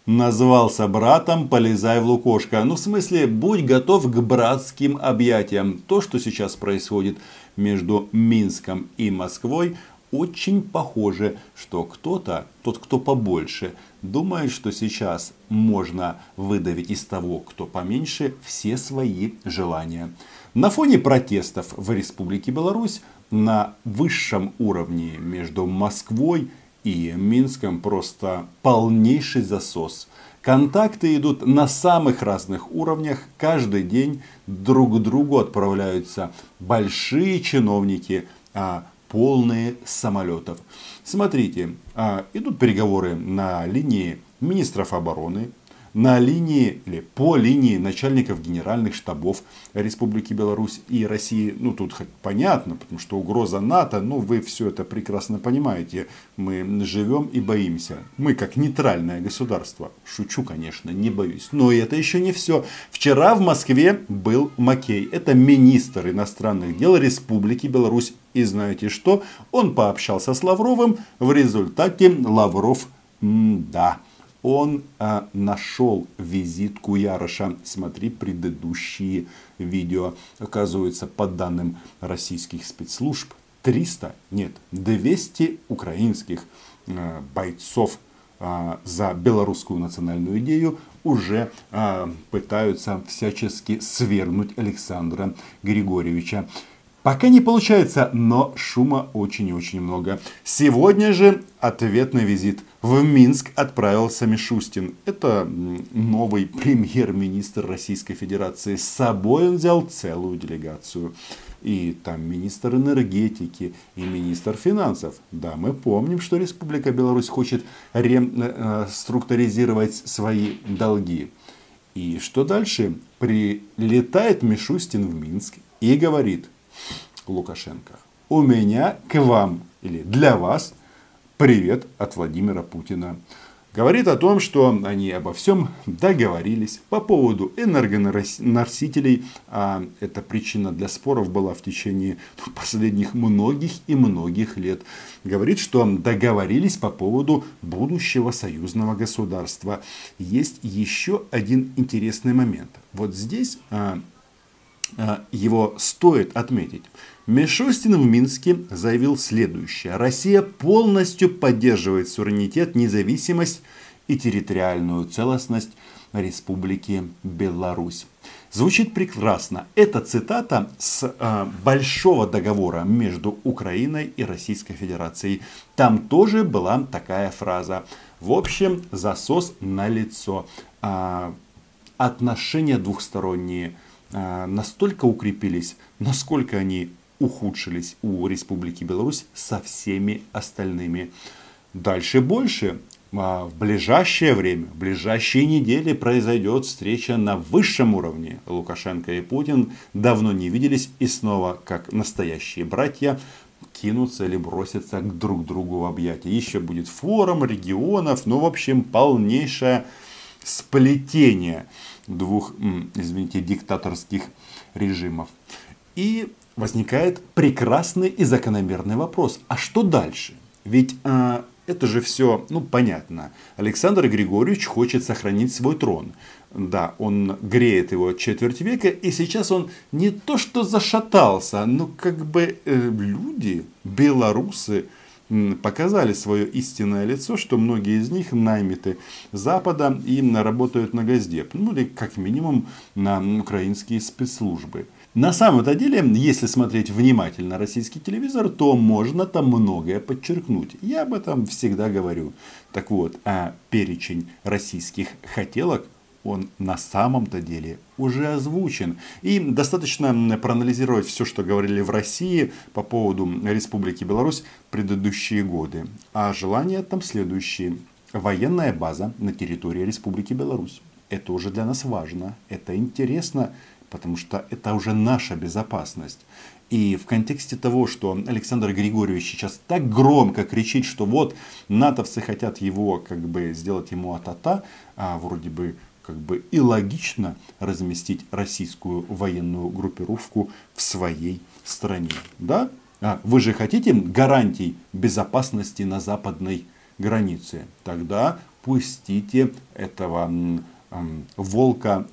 Назвался братом, полезай в лукошко. Ну, в смысле, будь готов к братским объятиям. То, что сейчас происходит между Минском и Москвой, очень похоже, что кто-то, тот, кто побольше, думает, что сейчас можно выдавить из того, кто поменьше, все свои желания. На фоне протестов в Республике Беларусь на высшем уровне между Москвой и Минском просто полнейший засос. Контакты идут на самых разных уровнях. Каждый день друг к другу отправляются большие чиновники, полные самолетов. Смотрите, идут переговоры на линии министров обороны, на линии или по линии начальников генеральных штабов Республики Беларусь и России. Ну, тут хоть понятно, потому что угроза НАТО, ну, вы все это прекрасно понимаете. Мы живем и боимся. Мы как нейтральное государство. Шучу, конечно, не боюсь. Но это еще не все. Вчера в Москве был Макей. Это министр иностранных дел Республики Беларусь. И знаете что? Он пообщался с Лавровым. В результате Лавров, он нашел визитку Яроша. Смотри предыдущие видео. Оказывается, по данным российских спецслужб, 200 украинских бойцов за белорусскую национальную идею уже пытаются всячески свергнуть Александра Григорьевича. Пока не получается, но шума очень и очень много. Сегодня же ответный визит в Минск отправился Мишустин. Это новый премьер-министр Российской Федерации. С собой он взял целую делегацию. И там министр энергетики, и министр финансов. Да, мы помним, что Республика Беларусь хочет реструктуризировать свои долги. И что дальше? Прилетает Мишустин в Минск и говорит: Лукашенко, у меня к вам или для вас привет от Владимира Путина. Говорит о том, что они обо всем договорились по поводу энергоносителей. А эта причина для споров была в течение последних многих и многих лет. Говорит, что договорились по поводу будущего союзного государства. Есть еще один интересный момент. Вот здесь его стоит отметить. Мишустин в Минске заявил следующее: Россия полностью поддерживает суверенитет, независимость и территориальную целостность Республики Беларусь. Звучит прекрасно. Это цитата с большого договора между Украиной и Российской Федерацией. Там тоже была такая фраза. В общем, засос налицо. Отношения двухсторонние настолько укрепились, насколько они ухудшились у Республики Беларусь со всеми остальными. Дальше больше. В ближайшее время, в ближайшие недели произойдет встреча на высшем уровне. Лукашенко и Путин давно не виделись и снова, как настоящие братья, кинутся или бросятся друг к другу в объятия. Еще будет форум регионов, ну, в общем, полнейшее сплетение двух, диктаторских режимов. И возникает прекрасный и закономерный вопрос. А что дальше? Ведь это же все, понятно. Александр Григорьевич хочет сохранить свой трон. Да, он греет его четверть века, и сейчас он не то что зашатался, но люди, белорусы, показали свое истинное лицо, что многие из них наймиты Запада и работают на Госдеп. Или как минимум на украинские спецслужбы. На самом-то деле, если смотреть внимательно российский телевизор, то можно там многое подчеркнуть. Я об этом всегда говорю. Так вот, перечень российских хотелок, он на самом-то деле уже озвучен. И достаточно проанализировать все, что говорили в России по поводу Республики Беларусь предыдущие годы. А желания там следующие. Военная база на территории Республики Беларусь. Это уже для нас важно. Это интересно, потому что это уже наша безопасность. И в контексте того, что Александр Григорьевич сейчас так громко кричит, что вот натовцы хотят его сделать ему а-та-та, вроде бы и логично разместить российскую военную группировку в своей стране. Да? Вы же хотите гарантий безопасности на западной границе? Тогда пустите этого волка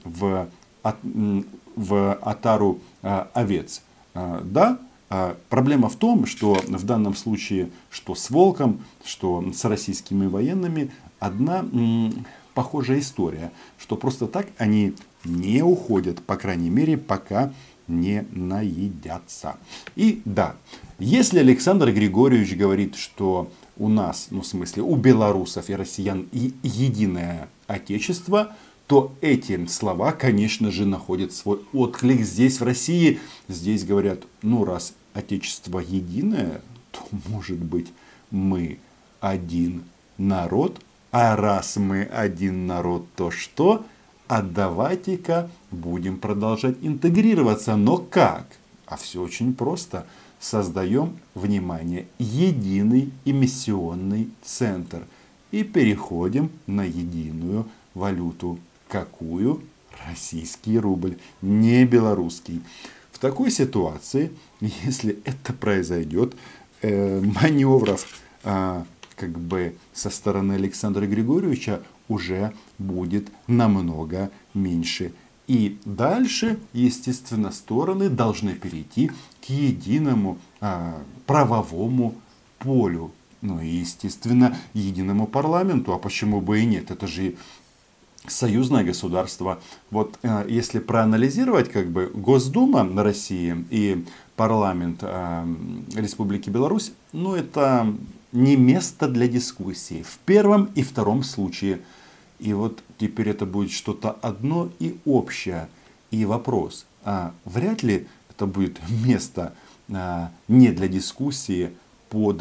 в отару овец. Да, проблема в том, что в данном случае, что с волком, что с российскими военными, одна похожая история, что просто так они не уходят, по крайней мере, пока не наедятся. И да, если Александр Григорьевич говорит, что у нас, ну в смысле у белорусов и россиян единое отечество, то эти слова, конечно же, находят свой отклик здесь, в России. Здесь говорят, ну раз отечество единое, то может быть мы один народ. А раз мы один народ, то что? А давайте-ка будем продолжать интегрироваться. Но как? А все очень просто. Создаем, внимание, единый эмиссионный центр. И переходим на единую валюту. Какую? Российский рубль, не белорусский. В такой ситуации, если это произойдет, маневров как бы со стороны Александра Григорьевича уже будет намного меньше. И дальше, естественно, стороны должны перейти к единому правовому полю. Ну и, естественно, единому парламенту. А почему бы и нет? Это же союзное государство. Вот если проанализировать, как бы Госдума на России и парламент Республики Беларусь, ну это не место для дискуссии в первом и втором случае. И вот теперь это будет что-то одно и общее. И вопрос, вряд ли это будет место не для дискуссии по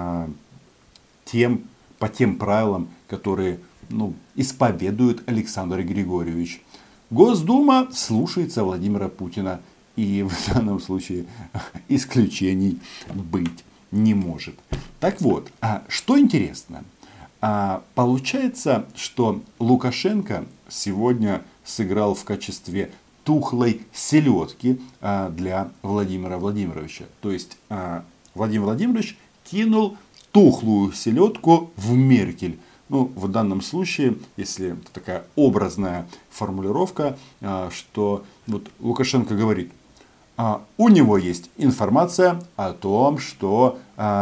тем правилам, которые исповедует Александр Григорьевич. Госдума слушается Владимира Путина. И в данном случае исключений быть не может. Так вот, что интересно. Получается, что Лукашенко сегодня сыграл в качестве тухлой селедки для Владимира Владимировича. То есть Владимир Владимирович кинул тухлую селедку в Меркель. Ну, в данном случае, если такая образная формулировка, что вот Лукашенко говорит, у него есть информация о том, что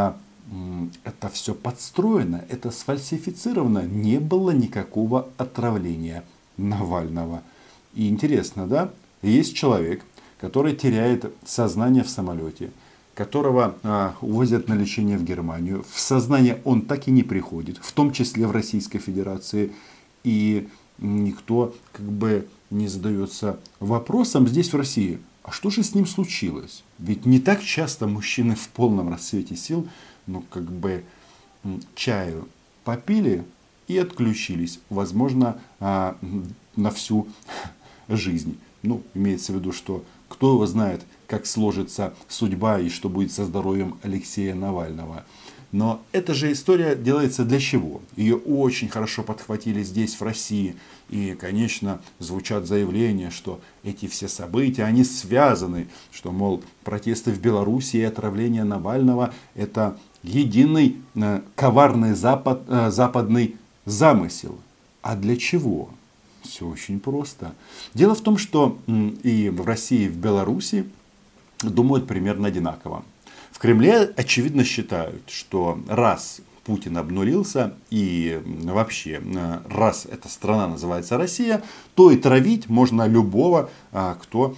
это все подстроено, это сфальсифицировано, не было никакого отравления Навального. И интересно, да, есть человек, который теряет сознание в самолете, которого увозят на лечение в Германию. В сознание он так и не приходит, в том числе в Российской Федерации. И никто как бы не задается вопросом здесь в России, а что же с ним случилось? Ведь не так часто мужчины в полном расцвете сил, как бы чаю попили и отключились. Возможно, на всю жизнь. Имеется в виду, что кто его знает, как сложится судьба и что будет со здоровьем Алексея Навального. Но эта же история делается для чего? Ее очень хорошо подхватили здесь, в России. И, конечно, звучат заявления, что эти все события, они связаны. Что, мол, протесты в Беларуси и отравление Навального – это единый коварный западный замысел. А для чего? Все очень просто. Дело в том, что и в России, и в Беларуси думают примерно одинаково. В Кремле, очевидно, считают, что раз Путин обнулился и вообще раз эта страна называется Россия, то и травить можно любого, кто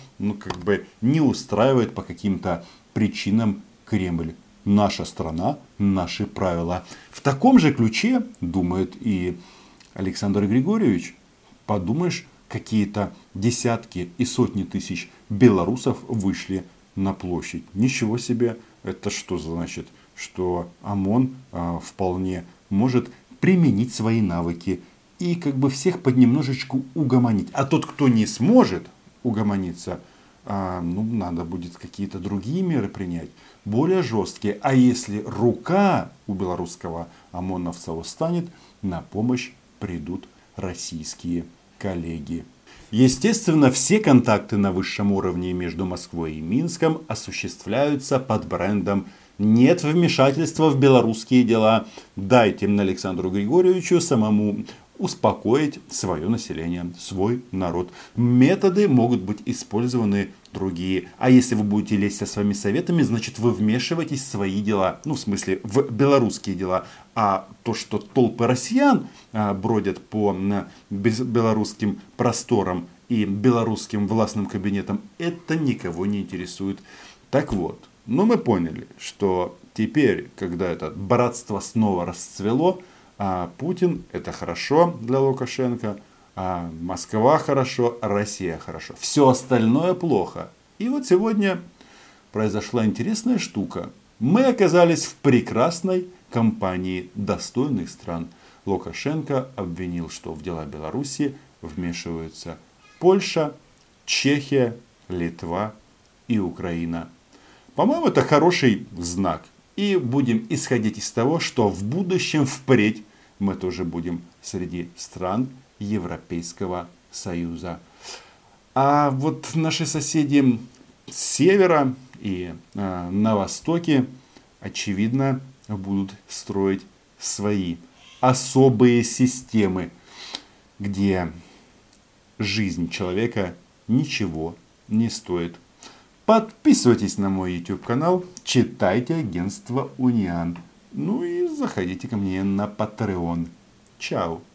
не устраивает по каким-то причинам Кремль. Наша страна, наши правила. В таком же ключе думает и Александр Григорьевич. Подумаешь, какие-то десятки и сотни тысяч белорусов вышли на площадь. Ничего себе. Это что значит? Что ОМОН вполне может применить свои навыки и всех понемножечку угомонить. А тот, кто не сможет угомониться, надо будет какие-то другие меры принять, более жесткие. А если рука у белорусского ОМОНовца устанет, на помощь придут российские коллеги. Естественно, все контакты на высшем уровне между Москвой и Минском осуществляются под брендом Нет вмешательства в белорусские дела. Дайте Александру Григорьевичу самому успокоить свое население, свой народ. Методы могут быть использованы другие. А если вы будете лезть со своими советами, значит вы вмешиваетесь в свои дела. Ну, в смысле, в белорусские дела. А то, что толпы россиян бродят по белорусским просторам и белорусским властным кабинетам, это никого не интересует. Так вот, но мы поняли, что теперь, когда это братство снова расцвело, Путин это хорошо для Лукашенко, Москва хорошо, Россия хорошо. Все остальное плохо. И вот сегодня произошла интересная штука. Мы оказались в прекрасной компании достойных стран. Лукашенко обвинил, что в дела Беларуси вмешиваются Польша, Чехия, Литва и Украина. По-моему, это хороший знак. И будем исходить из того, что в будущем впредь мы тоже будем среди стран Европейского Союза. А вот наши соседи с севера и на востоке, очевидно, будут строить свои особые системы, где жизнь человека ничего не стоит. Подписывайтесь на мой YouTube канал, читайте агентство Униан. Ну и заходите ко мне на Patreon. Чао.